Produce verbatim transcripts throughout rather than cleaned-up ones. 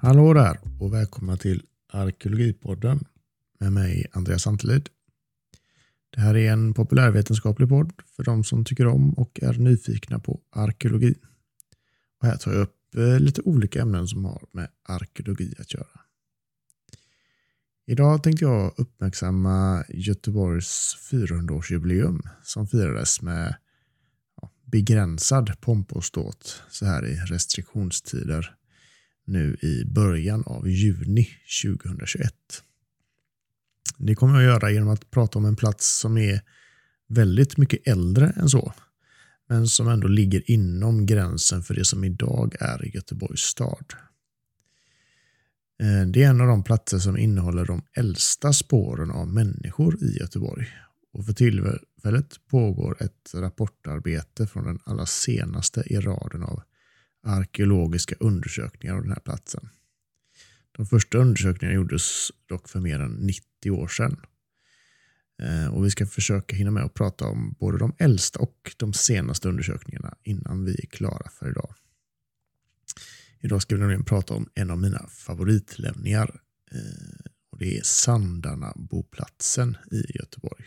Hallå där och välkomna till Arkeologipodden med mig Andreas Antelid. Det här är en populärvetenskaplig podd för de som tycker om och är nyfikna på arkeologi. Och här tar jag upp lite olika ämnen som har med arkeologi att göra. Idag tänkte jag uppmärksamma Göteborgs fyrahundraårsjubileum som firades med ja, begränsad pomp och ståt så här i restriktionstider nu i början av juni tjugohundratjugoett. Det kommer jag att göra genom att prata om en plats som är väldigt mycket äldre än så, men som ändå ligger inom gränsen för det som idag är Göteborgs stad. Det är en av de platser som innehåller de äldsta spåren av människor i Göteborg. Och för tillfället pågår ett rapportarbete från den allra senaste i raden av arkeologiska undersökningar av den här platsen. De första undersökningarna gjordes dock för mer än nittio år sedan. Och vi ska försöka hinna med att prata om både de äldsta och de senaste undersökningarna innan vi är klara för idag. Idag ska vi nämligen prata om en av mina favoritlämningar. Och det är Sandarna-boplatsen i Göteborg.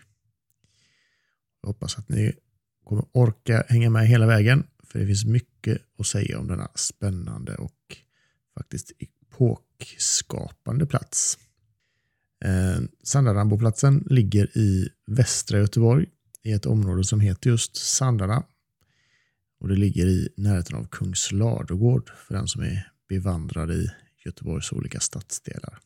Jag hoppas att ni kommer orka hänga med hela vägen. För det finns mycket att säga om denna spännande och faktiskt epokskapande plats. Eh, Sandarna-boplatsen ligger i västra Göteborg i ett område som heter just Sandarna. Och det ligger i närheten av Kungsladugård för den som är bevandrad i Göteborgs olika stadsdelar.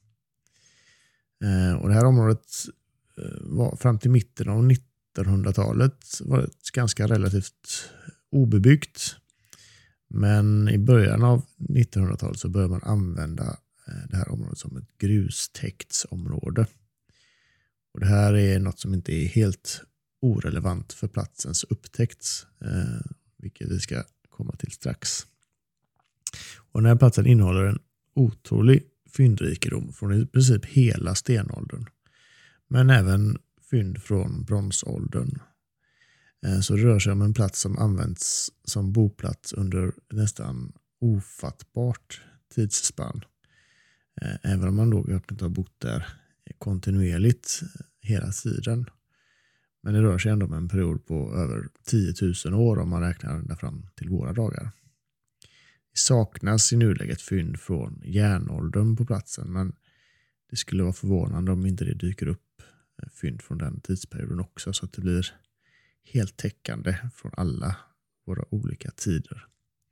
Eh, och det här området eh, var fram till mitten av nittonhundratalet var ett ganska relativt obebyggt. Men i början av nittonhundratalet så började man använda det här området som ett grustäktsområde. Och det här är något som inte är helt orelevant för platsens upptäckt, eh, vilket vi ska komma till strax. Och den här platsen innehåller en otrolig fyndrikedom från i princip hela stenåldern. Men även fynd från bronsåldern. Så det rör sig om en plats som används som boplats under nästan ofattbart tidsspann. Även om man då inte har bott där kontinuerligt hela tiden. Men det rör sig ändå om en period på över tio tusen år om man räknar ända fram till våra dagar. Det saknas i nuläget fynd från järnåldern på platsen, men det skulle vara förvånande om inte det dyker upp fynd från den tidsperioden också, så att det blir helt täckande från alla våra olika tider.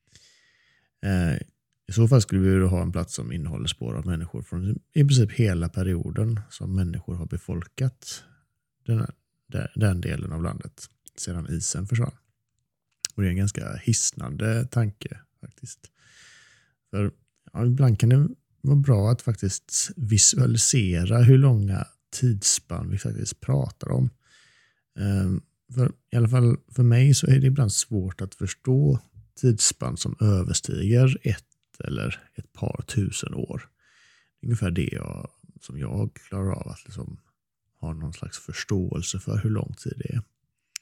Eh, I så fall skulle vi då ha en plats som innehåller spår av människor från i princip hela perioden som människor har befolkat den, den delen av landet sedan isen försvann. Och det är en ganska hisnande tanke faktiskt. För ja, ibland kan det vara bra att faktiskt visualisera hur långa tidsspann vi faktiskt pratar om. Eh, För, I alla fall för mig så är det ibland svårt att förstå tidsspann som överstiger ett eller ett par tusen år. Ungefär det jag, som jag klarar av att liksom ha någon slags förståelse för hur lång tid det är.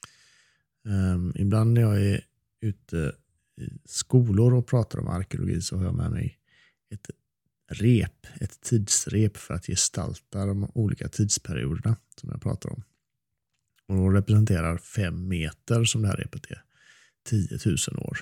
Um, ibland när jag är ute i skolor och pratar om arkeologi så har jag med mig ett rep, ett tidsrep för att gestalta de olika tidsperioderna som jag pratar om. Och då representerar fem meter som det här repet är tio tusen år.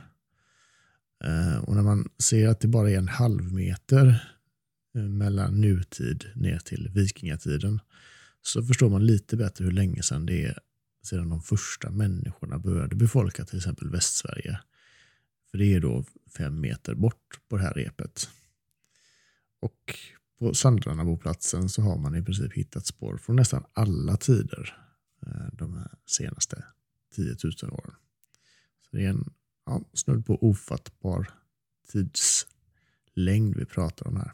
Eh, och när man ser att det bara är en halv meter eh, mellan nutid ner till vikingatiden så förstår man lite bättre hur länge sedan det är sedan de första människorna började befolka till exempel Västsverige. För det är då fem meter bort på det här repet. Och på Sandarna-boplatsen så har man i princip hittat spår från nästan alla tider de här senaste tio tusen åren. Så det är en ja, snudd på ofattbar tidslängd vi pratar om här.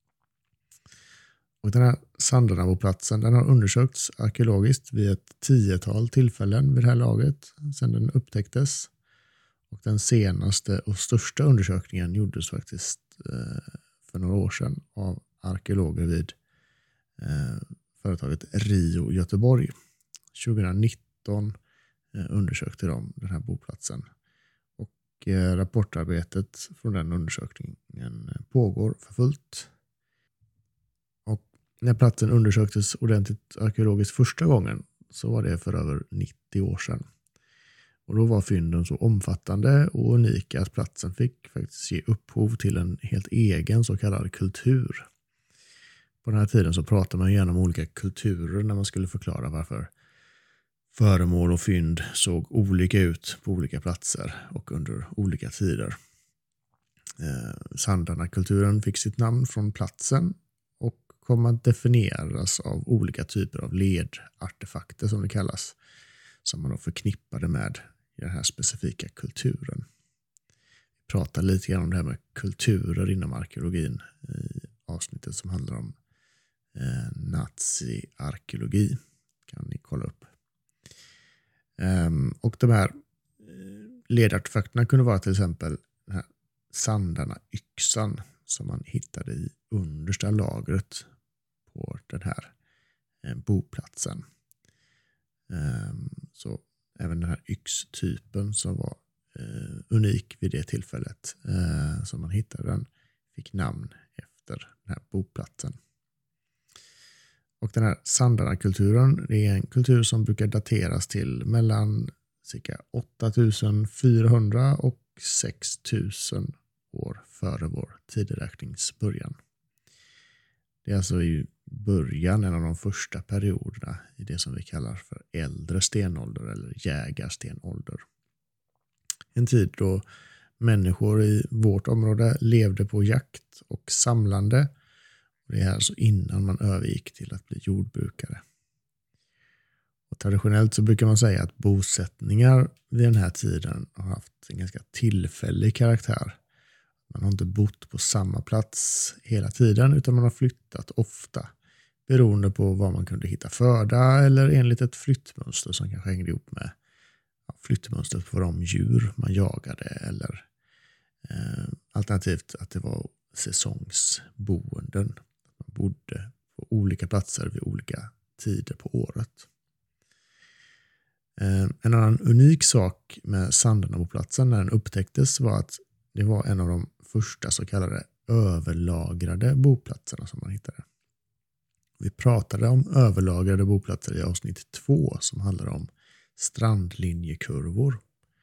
Och den här Sandarna-boplatsen den har undersökts arkeologiskt vid ett tiotal tillfällen vid det här laget sedan den upptäcktes. Och den senaste och största undersökningen gjordes faktiskt eh, för några år sedan av arkeologer vid eh, företaget Rio Göteborg. tjugonitton eh, undersökte de den här boplatsen. Och rapportarbetet från den undersökningen pågår för fullt. Och när platsen undersöktes ordentligt arkeologiskt första gången så var det för över nittio år sedan. Och då var fynden så omfattande och unika att platsen fick faktiskt ge upphov till en helt egen så kallad kultur. På den här tiden så pratade man gärna om olika kulturer när man skulle förklara varför föremål och fynd såg olika ut på olika platser och under olika tider. Eh, Sandarna-kulturen fick sitt namn från platsen och kom att definieras av olika typer av ledartefakter som det kallas, som man då förknippade med i den här specifika kulturen. Vi pratar lite grann om det här med kulturer inom arkeologin i avsnittet som handlar om eh, nazi-arkeologi. Kan ni kolla upp. Um, och de här ledartefakterna kunde vara till exempel den här Sandarna-yxan som man hittade i understa lagret på den här eh, boplatsen. Um, så även den här yxtypen som var eh, unik vid det tillfället eh, som man hittade den fick namn efter den här boplatsen. Och den här Sandarna-kulturen är en kultur som brukar dateras till mellan cirka åtta tusen fyrahundra och sex tusen år före vår tideräknings början. Det är alltså i början, en av de första perioderna i det som vi kallar för äldre stenålder eller jägarstenålder. En tid då människor i vårt område levde på jakt och samlande. Det är alltså innan man övergick till att bli jordbrukare. Och traditionellt så brukar man säga att bosättningar vid den här tiden har haft en ganska tillfällig karaktär. Man har inte bott på samma plats hela tiden utan man har flyttat ofta. Beroende på var man kunde hitta föda eller enligt ett flyttmönster som kanske hängde ihop med ja, flyttmönstret för de djur man jagade. Eller eh, alternativt att det var säsongsboenden. Man bodde på olika platser vid olika tider på året. En annan unik sak med Sandarna på platsen när den upptäcktes var att det var en av de första så kallade överlagrade boplatserna som man hittade. Vi pratade om överlagrade boplatser i avsnitt två som handlar om strandlinjekurvor.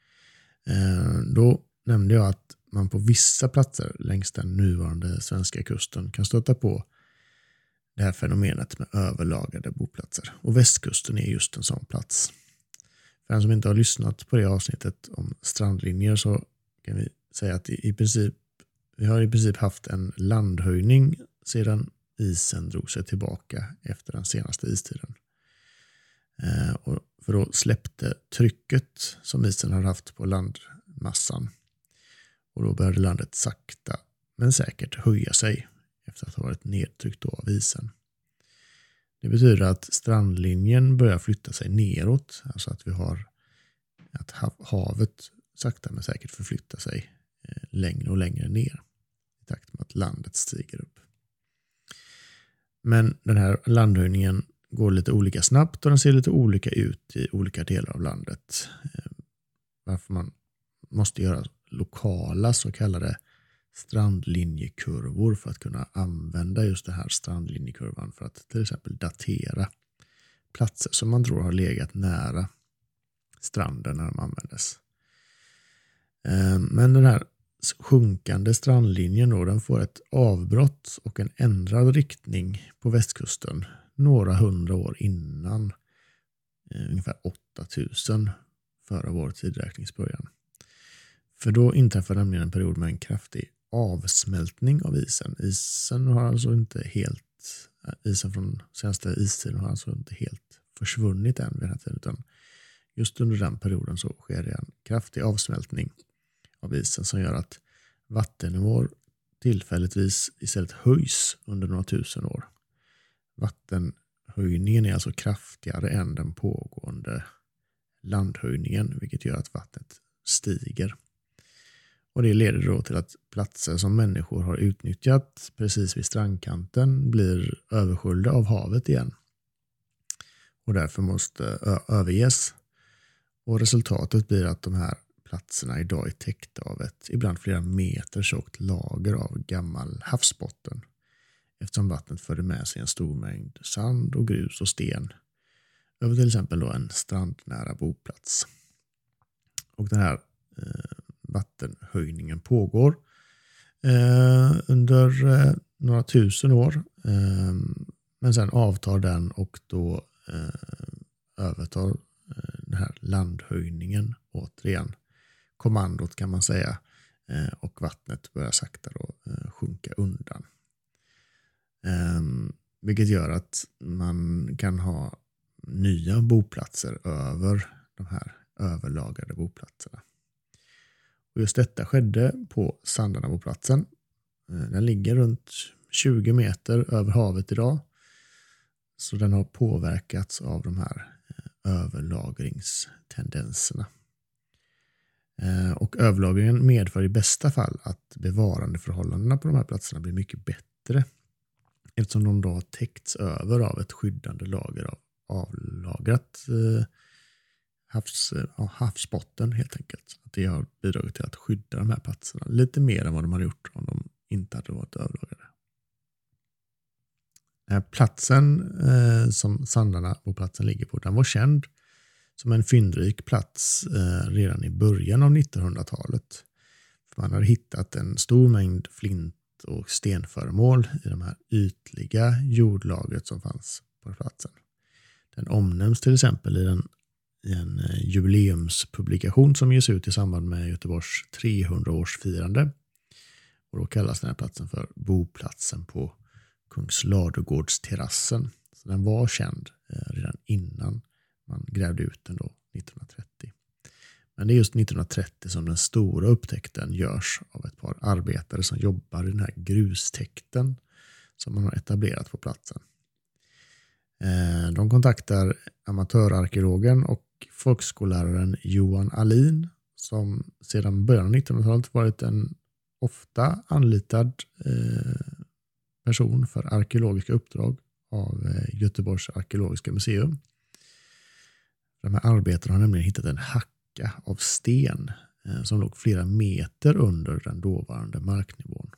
Då nämnde jag att man på vissa platser längs den nuvarande svenska kusten kan stöta på det här fenomenet med överlagrade boplatser. Och västkusten är just en sån plats. För den som inte har lyssnat på det avsnittet om strandlinjer så kan vi säga att i princip, vi har i princip haft en landhöjning sedan isen drog sig tillbaka efter den senaste istiden. Eh, och för då släppte trycket som isen har haft på landmassan. Och då började landet sakta men säkert höja sig efter att ha varit nedtryckt av isen. Det betyder att strandlinjen börjar flytta sig neråt. Alltså att vi har att havet sakta men säkert förflyttar sig längre och längre ner i takt med att landet stiger upp. Men den här landhöjningen går lite olika snabbt och den ser lite olika ut i olika delar av landet. Varför man måste göra lokala så kallade strandlinjekurvor för att kunna använda just det här strandlinjekurvan för att till exempel datera platser som man tror har legat nära stranden när de användes. Men den här sjunkande strandlinjen då, den får ett avbrott och en ändrad riktning på västkusten några hundra år innan ungefär åtta tusen före vår tidräkningsbörjan. För då inträffar nämligen en period med en kraftig avsmältning av isen. Isen har alltså inte helt isen från senaste istiden har alltså inte helt försvunnit än vid den här tiden, utan just under den perioden så sker det en kraftig avsmältning av isen som gör att vattennivån tillfälligtvis istället höjs under några tusen år. Vattenhöjningen är alltså kraftigare än den pågående landhöjningen, vilket gör att vattnet stiger. Och det leder då till att platser som människor har utnyttjat precis vid strandkanten blir översköljda av havet igen. Och därför måste ö- överges. Och resultatet blir att de här platserna idag är täckta av ett ibland flera meter tjockt lager av gammal havsbotten, eftersom vattnet förde med sig en stor mängd sand och grus och sten över till exempel då en strandnära boplats. Och den här eh, vattenhöjningen pågår eh, under eh, några tusen år, eh, men sen avtar den och då eh, övertar eh, den här landhöjningen återigen kommandot kan man säga, eh, och vattnet börjar sakta då eh, sjunka undan. Eh, vilket gör att man kan ha nya boplatser över de här överlagrade boplatserna. Och just detta skedde på Sandarna-boplatsen. Den ligger runt tjugo meter över havet idag. Så den har påverkats av de här överlagringstendenserna. Och överlagringen medför i bästa fall att bevarandeförhållandena på de här platserna blir mycket bättre, eftersom de då har täckts över av ett skyddande lager av avlagrat eh, havs, ja, havsbotten helt enkelt. Att det har bidragit till att skydda de här platserna lite mer än vad de hade gjort om de inte hade varit överlagrade. Den här platsen eh, som Sandarna och platsen ligger på, den var känd som en fyndrik plats eh, redan i början av nittonhundratalet. För man hade hittat en stor mängd flint och stenföremål i de här ytliga jordlagret som fanns på platsen. Den omnämns till exempel i, den, i en jubileumspublikation som ges ut i samband med Göteborgs trehundraårsfirande. Och då kallas den här platsen för boplatsen på Kungsladugårdsterrassen. Så den var känd eh, redan innan man grävde ut den då nittonhundratrettio. Men det är just nittonhundratrettio som den stora upptäckten görs av ett par arbetare som jobbar i den här grustäkten som man har etablerat på platsen. De kontaktar amatörarkeologen och folkskolläraren Johan Alin, som sedan början av nittonhundratalet varit en ofta anlitad person för arkeologiska uppdrag av Göteborgs arkeologiska museum. De här arbetarna har nämligen hittat en hacka av sten som låg flera meter under den dåvarande marknivån.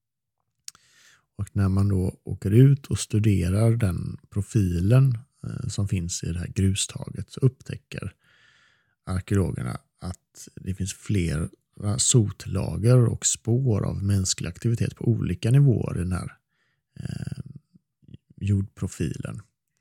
Och när man då åker ut och studerar den profilen eh, som finns i det här grustaget, så upptäcker arkeologerna att det finns flera sotlager och spår av mänsklig aktivitet på olika nivåer i den här eh, jordprofilen.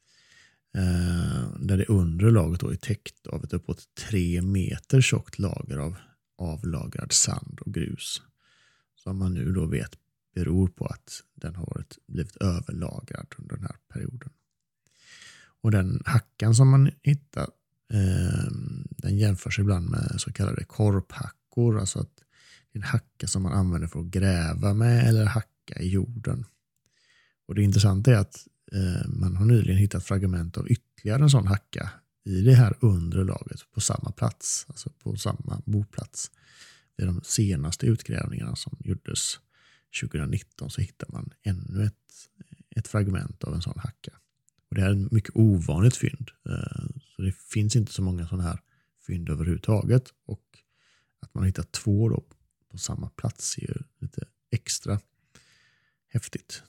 Eh, där det undre lagret då är täckt av ett uppåt tre meter tjockt lager av avlagrad sand och grus, som man nu då vet beror på att den har varit, blivit överlagrad under den här perioden. Och den hackan som man hittar eh, den jämförs ibland med så kallade korphackor, alltså att det är en hacka som man använder för att gräva med eller hacka i jorden. Och det intressanta är att eh, man har nyligen hittat fragment av ytterligare en sån hacka i det här undre lagret på samma plats, alltså på samma boplats. I de senaste utgrävningarna som gjordes tjugonitton så hittar man ännu ett, ett fragment av en sån hacka. Och det här är ett mycket ovanligt fynd. Så det finns inte så många sådana här fynd överhuvudtaget. Och att man har hittat två då på samma plats är ju lite extra häftigt.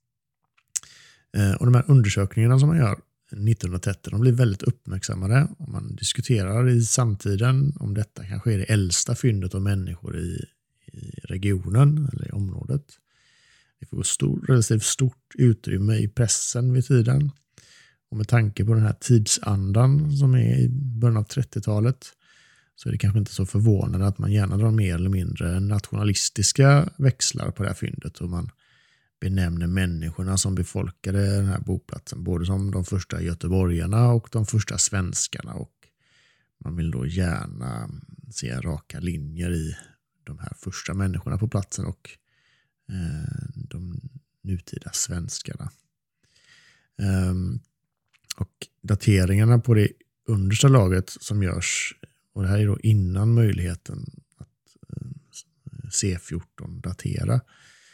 Och de här undersökningarna som man gör nittonhundratrettio, de blir väldigt uppmärksammade. Och man diskuterar i samtiden om detta kanske är det äldsta fyndet av människor i i regionen eller i området. Det får stor, relativt stort utrymme i pressen vid tiden. Och med tanke på den här tidsandan som är i början av trettiotalet så är det kanske inte så förvånande att man gärna drar mer eller mindre nationalistiska växlar på det här fyndet, och man benämner människorna som befolkade den här boplatsen både som de första göteborgarna och de första svenskarna, och man vill då gärna se raka linjer i de här första människorna på platsen och eh, de nutida svenskarna. Um, och dateringarna på det understa lagret som görs, och det här är då innan möjligheten att eh, C fjorton datera.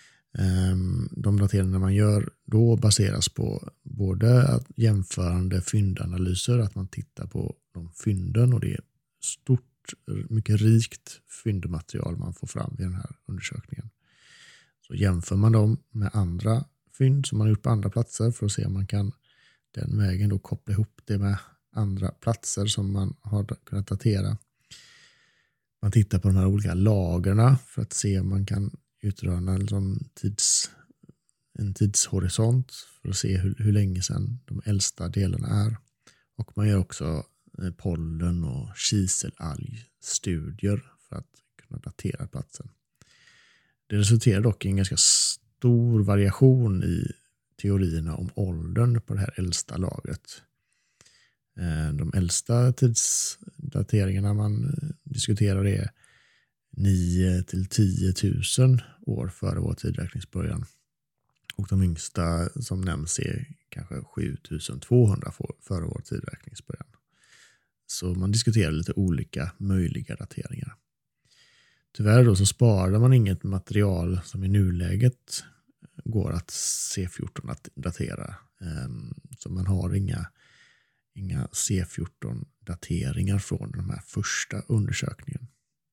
Um, de dateringar man gör då baseras på både jämförande fyndanalyser, att man tittar på de fynden, och det är stort stort, mycket rikt fyndmaterial man får fram i den här undersökningen. Så jämför man dem med andra fynd som man har gjort på andra platser för att se om man kan den vägen då koppla ihop det med andra platser som man har kunnat datera. Man tittar på de här olika lagerna för att se om man kan utröna liksom tids, en tidshorisont för att se hur, hur länge sedan de äldsta delarna är. Och man gör också pollen- och kiselalgstudier för att kunna datera platsen. Det resulterar dock i en ganska stor variation i teorierna om åldern på det här äldsta lagret. De äldsta tidsdateringarna man diskuterar är nio till tio tusen år före vår tidräkningsbörjan. Och de yngsta som nämns är kanske sju tusen tvåhundra före vår tidräkningsbörjan. Så man diskuterar lite olika möjliga dateringar. Tyvärr då så sparar man inget material som i nuläget går att C fjorton att datera. Så man har inga, inga C fjorton-dateringar från den här första undersökningen.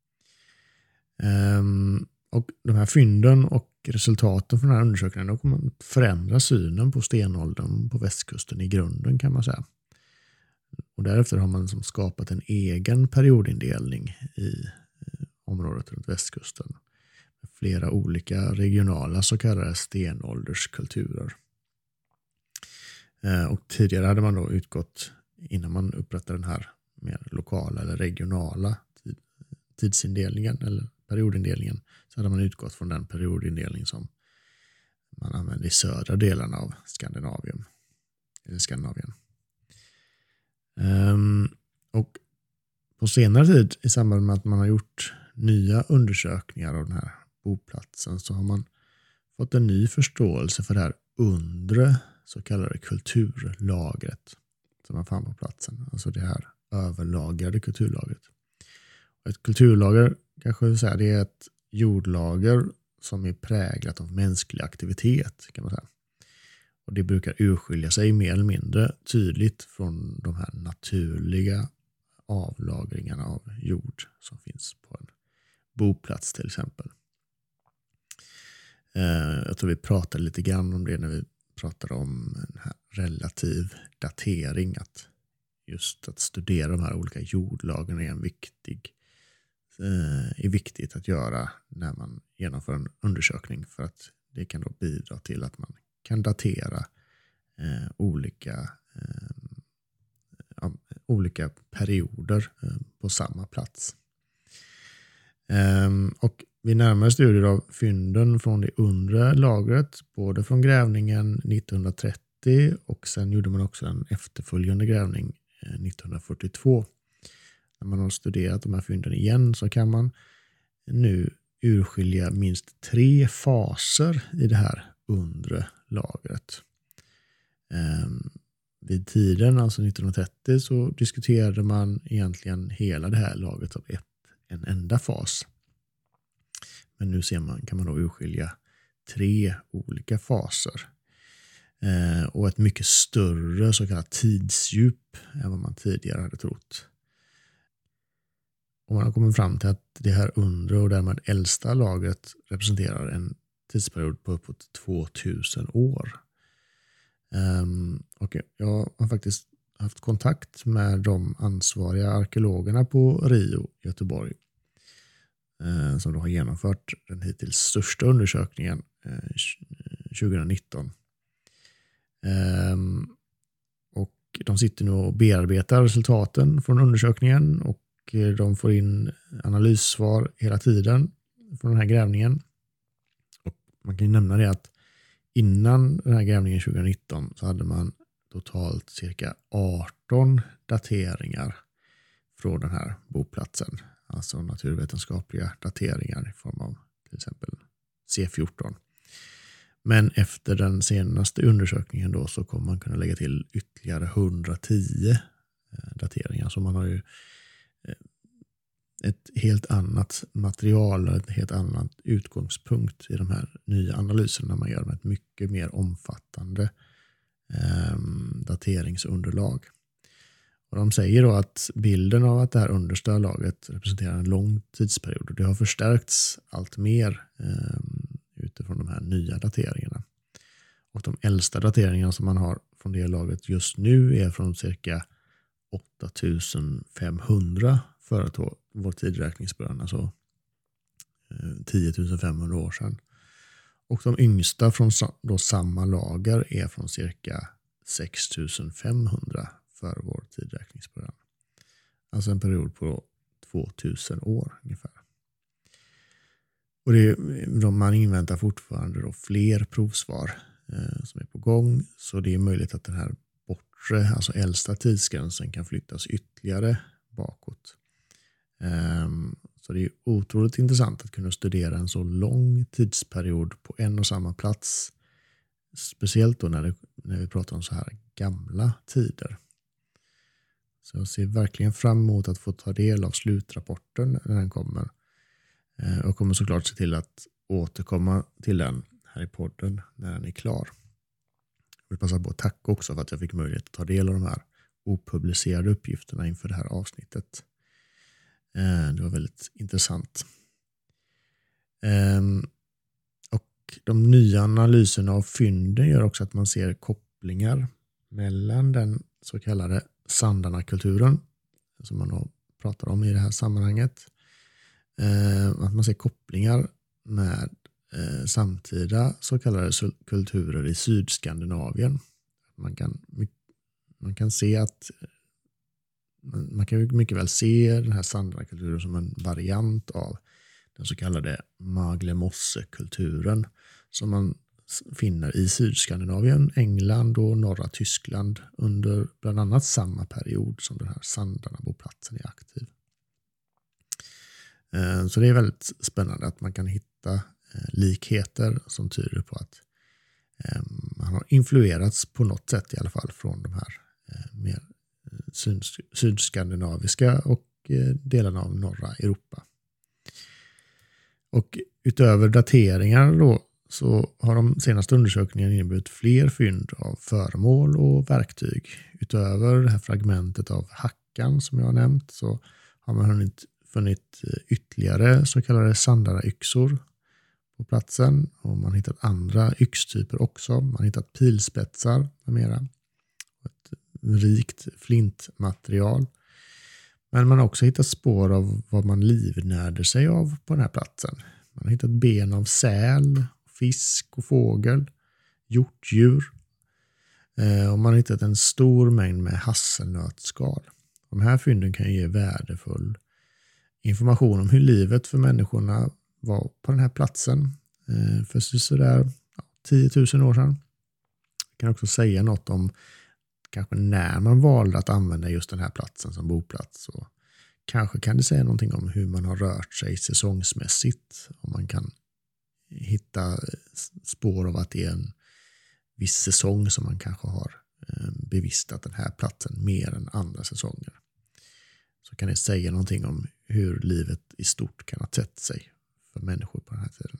Och de här fynden och resultaten från den här undersökningen då kommer att förändra synen på stenåldern på västkusten i grunden, kan man säga. Och därefter har man som skapat en egen periodindelning i området runt västkusten. Med flera olika regionala så kallade stenålderskulturer. Och tidigare hade man då utgått, innan man upprättade den här mer lokala eller regionala tidsindelningen eller periodindelningen, så hade man utgått från den periodindelning som man använde i södra delarna av Skandinavien. Eller Skandinavien. Um, och på senare tid, i samband med att man har gjort nya undersökningar av den här boplatsen, så har man fått en ny förståelse för det här undre så kallade kulturlagret som man fann på platsen. Alltså det här överlagrade kulturlagret. Och ett kulturlager kanske vill säga det är ett jordlager som är präglat av mänsklig aktivitet, kan man säga. Och det brukar urskilja sig mer eller mindre tydligt från de här naturliga avlagringarna av jord som finns på en boplats till exempel. Jag tror vi pratade lite grann om det när vi pratade om en här relativ datering, att just att studera de här olika jordlagren är en viktig är viktigt att göra när man genomför en undersökning, för att det kan då bidra till att man kan datera eh, olika, eh, olika perioder eh, på samma plats. Eh, och vid närmare studier av fynden från det undre lagret, både från grävningen nittonhundratrettio och sen gjorde man också en efterföljande grävning eh, nittonhundrafyrtiotvå. När man har studerat de här fynden igen så kan man nu urskilja minst tre faser i det här undre lagret. Ehm, vid tiden, alltså nittonhundratrettio, så diskuterade man egentligen hela det här lagret som ett, en enda fas. Men nu ser man, kan man då urskilja tre olika faser. Ehm, och ett mycket större så kallat tidsdjup än vad man tidigare hade trott. Och man har kommit fram till att det här undre och därmed äldsta lagret representerar en tidsperiod på uppåt tvåtusen år. Um, och jag har faktiskt haft kontakt med de ansvariga arkeologerna på Rio, Göteborg, uh, som då har genomfört den hittills största undersökningen uh, tjugonitton. Um, och de sitter nu och bearbetar resultaten från undersökningen, och de får in analyssvar hela tiden från den här grävningen. Och man kan ju nämna det att innan den här grävningen tjugonitton så hade man totalt cirka arton dateringar från den här boplatsen. Alltså naturvetenskapliga dateringar i form av till exempel C fjorton. Men efter den senaste undersökningen då så kommer man kunna lägga till ytterligare hundratio dateringar. Så man har ju ett helt annat material och ett helt annat utgångspunkt i de här nya analyserna man gör med ett mycket mer omfattande eh, dateringsunderlag. Och de säger då att bilden av att det här understa lagret representerar en lång tidsperiod, och det har förstärkts allt mer eh, utifrån de här nya dateringarna. Och de äldsta dateringarna som man har från det lagret just nu är från cirka åtta tusen femhundra före vår tidräkningsbörjan, alltså tio tusen femhundra år sedan. Och de yngsta från då samma lager är från cirka sex tusen femhundra före vår tidräkningsbörjan. Alltså en period på tvåtusen år ungefär. Och det, de, man inväntar fortfarande då fler provsvar eh, som är på gång, så det är möjligt att den här bortre, alltså äldsta tidsgränsen kan flyttas ytterligare bakåt. Um, så det är otroligt intressant att kunna studera en så lång tidsperiod på en och samma plats. Speciellt då när, det, när vi pratar om så här gamla tider. Så jag ser verkligen fram emot att få ta del av slutrapporten när den kommer. Uh, och kommer såklart se till att återkomma till den här i podden när den är klar. Jag vill passa på att tacka också för att jag fick möjlighet att ta del av de här opublicerade uppgifterna inför det här avsnittet. Det var väldigt intressant. Och de nya analyserna av fynden gör också att man ser kopplingar mellan den så kallade Sandarna-kulturen som man pratar om i det här sammanhanget. Att man ser kopplingar med samtida så kallade kulturer i Sydskandinavien. Man kan, man kan se att Man kan mycket väl se den här Sandarna-kulturen som en variant av den så kallade Magle-Mosse-kulturen som man finner i Sydskandinavien, England och norra Tyskland under bland annat samma period som den här Sandarna-boplatsen är aktiv. Så det är väldigt spännande att man kan hitta likheter som tyder på att man har influerats på något sätt i alla fall från de här mer sydskandinaviska och delarna av norra Europa. Och utöver dateringar då så har de senaste undersökningarna inneburit fler fynd av föremål och verktyg. Utöver det här fragmentet av hackan som jag har nämnt så har man hunnit funnit ytterligare så kallade Sandara-yxor på platsen, och man har hittat andra yxtyper också. Man har hittat pilspetsar med mera. Rikt flintmaterial. Men man har också hittat spår av vad man livnärde sig av på den här platsen. Man har hittat ben av säl, fisk och fågel, hjortdjur. Och man har hittat en stor mängd med hasselnötskal. De här fynden kan ge värdefull information om hur livet för människorna var på den här platsen för sådär tio tusen år sedan. Jag kan också säga något om kanske när man valde att använda just den här platsen som boplats. Och kanske kan det säga någonting om hur man har rört sig säsongsmässigt. Om man kan hitta spår av att det är en viss säsong som man kanske har bevistat den här platsen mer än andra säsonger. Så kan det säga någonting om hur livet i stort kan ha sett sig för människor på den här tiden.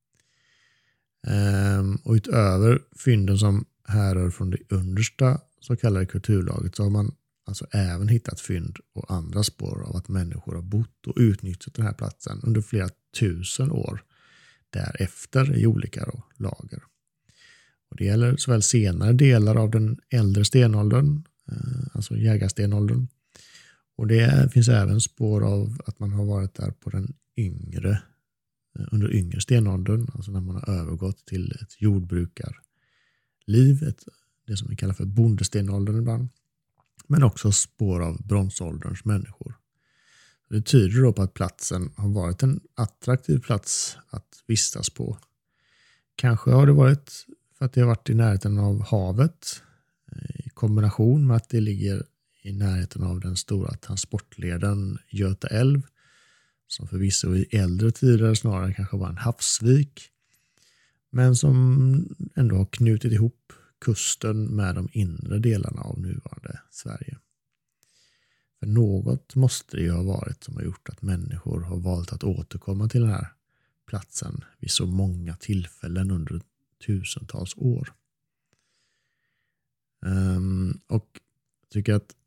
Och utöver fynden som härrör från det understa så kallade kulturlaget så har man alltså även hittat fynd och andra spår av att människor har bott och utnyttjat den här platsen under flera tusen år därefter i olika då, lager. Och det gäller såväl senare delar av den äldre stenåldern, alltså jägarstenåldern, och det finns även spår av att man har varit där på den yngre, under yngre stenåldern, alltså när man har övergått till ett jordbrukarliv, ett det som vi kallar för bondestenåldern ibland, men också spår av bronsålderns människor. Det tyder då på att platsen har varit en attraktiv plats att vistas på. Kanske har det varit för att det har varit i närheten av havet i kombination med att det ligger i närheten av den stora transportleden Göta älv, som förvisso i äldre tider snarare kanske var en havsvik, men som ändå har knutit ihop kusten med de inre delarna av nuvarande Sverige. För något måste det ju ha varit som har gjort att människor har valt att återkomma till den här platsen vid så många tillfällen under tusentals år. Um, och jag tycker att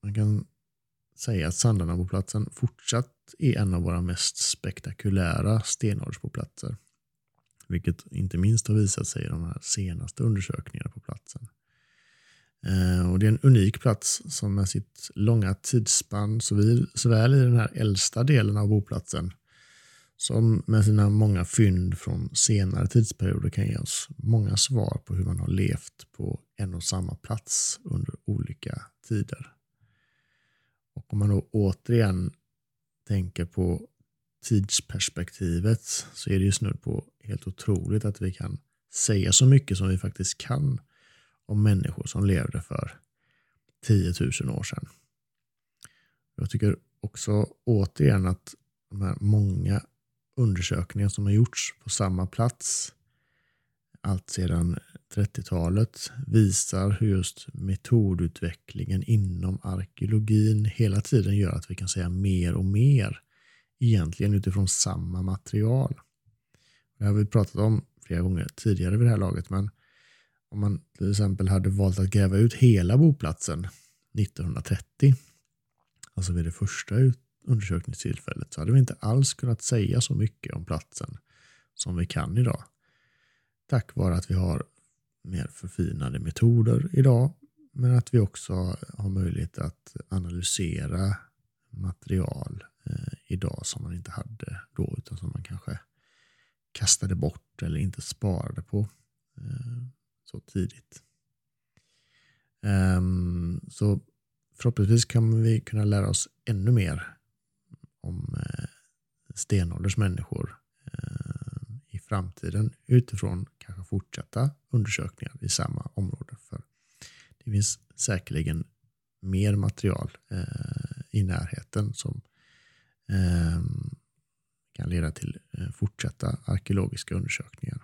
man kan säga att Sandarnaboplatsen fortsatt är en av våra mest spektakulära stenåldersboplatser. Vilket inte minst har visat sig i de här senaste undersökningarna på platsen. Eh, och det är en unik plats som med sitt långa tidsspann såväl, såväl i den här äldsta delen av boplatsen som med sina många fynd från senare tidsperioder kan ge oss många svar på hur man har levt på en och samma plats under olika tider. Och om man då återigen tänker på tidsperspektivet så är det ju snudd på helt otroligt att vi kan säga så mycket som vi faktiskt kan om människor som levde för tio tusen år sedan. Jag tycker också återigen att de här många undersökningar som har gjorts på samma plats allt sedan trettiotalet visar hur just metodutvecklingen inom arkeologin hela tiden gör att vi kan säga mer och mer egentligen utifrån samma material. Det har vi pratat om flera gånger tidigare vid det här laget, men om man till exempel hade valt att gräva ut hela boplatsen nittonhundratrettio, alltså vid det första undersökningstillfället, så hade vi inte alls kunnat säga så mycket om platsen som vi kan idag. Tack vare att vi har mer förfinade metoder idag, men att vi också har möjlighet att analysera material eh, idag som man inte hade då, utan som man kanske kastade bort eller inte sparade på eh, så tidigt. Um, så förhoppningsvis kan vi kunna lära oss ännu mer om eh, stenålders människor eh, i framtiden utifrån kanske fortsatta undersökningar i samma område. För det finns säkerligen mer material eh, i närheten som eh, kan leda till eh, fortsatta arkeologiska undersökningar.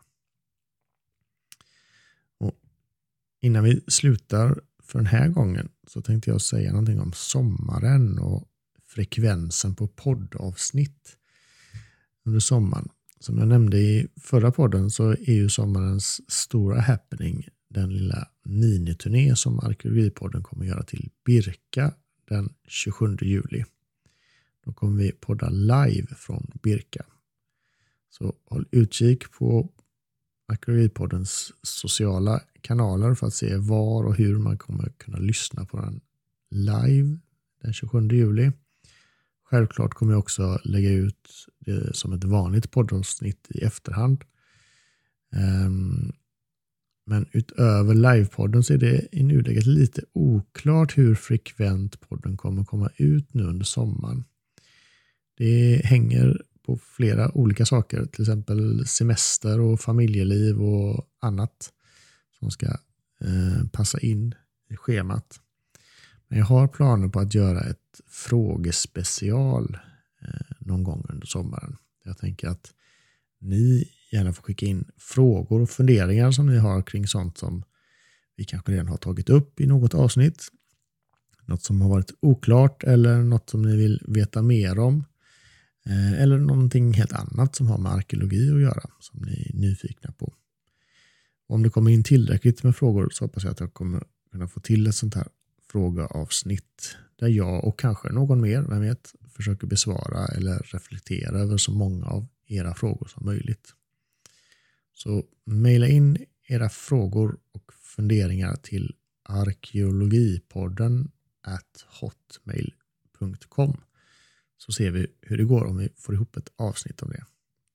Och innan vi slutar för den här gången så tänkte jag säga någonting om sommaren och frekvensen på poddavsnitt under sommaren. Som jag nämnde i förra podden så är ju sommarens stora happening den lilla miniturné som Arkeologipodden kommer göra till Birka den tjugosjunde juli. Då kommer vi podda live från Birka. Så håll utkik på Arkeologipoddens sociala kanaler för att se var och hur man kommer kunna lyssna på den live den tjugosjunde juli. Självklart kommer jag också lägga ut det som ett vanligt poddavsnitt i efterhand. Um, men utöver livepodden så är det i nuläget lite oklart hur frekvent podden kommer komma ut nu under sommaren. Det hänger på flera olika saker, till exempel semester och familjeliv och annat som ska eh, passa in i schemat. Men jag har planer på att göra ett frågespecial eh, någon gång under sommaren. Jag tänker att ni gärna får skicka in frågor och funderingar som ni har kring sånt som vi kanske redan har tagit upp i något avsnitt. Något som har varit oklart eller något som ni vill veta mer om. Eh, eller någonting helt annat som har med arkeologi att göra som ni är nyfikna på. Och om det kommer in tillräckligt med frågor så hoppas jag att jag kommer kunna få till ett sånt här frågeavsnitt där jag och kanske någon mer, vem vet, försöker besvara eller reflektera över så många av era frågor som möjligt. Så mejla in era frågor och funderingar till arkeologipodden at hotmail punkt com så ser vi hur det går om vi får ihop ett avsnitt om det.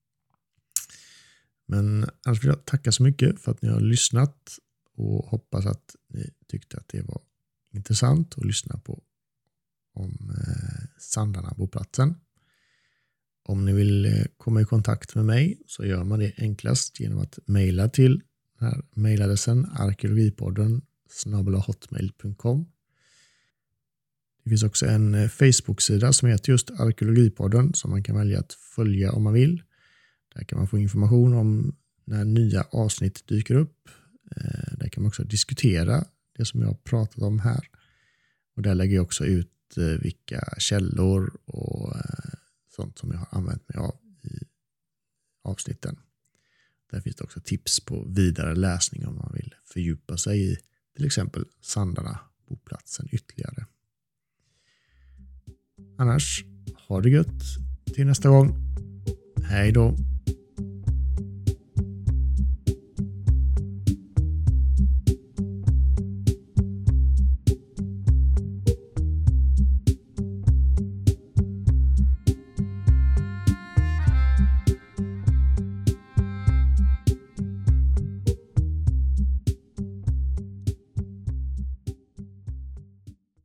Men annars vill jag tacka så mycket för att ni har lyssnat och hoppas att ni tyckte att det var intressant att lyssna på om eh, Sandarnaboplatsen. Om ni vill eh, komma i kontakt med mig så gör man det enklast genom att mejla till den här mejladressen arkeologipodden snabel-a hotmail punkt com. Det finns också en eh, Facebook-sida som heter just Arkeologipodden som man kan välja att följa om man vill. Där kan man få information om när nya avsnitt dyker upp. Eh, där kan man också diskutera det som jag har pratat om här. Och där lägger jag också ut eh, vilka källor och eh, sånt som jag har använt mig av i avsnitten. Där finns det också tips på vidare läsning om man vill fördjupa sig i till exempel Sandarnaboplatsen ytterligare. Annars, ha det gött till nästa gång. Hej då!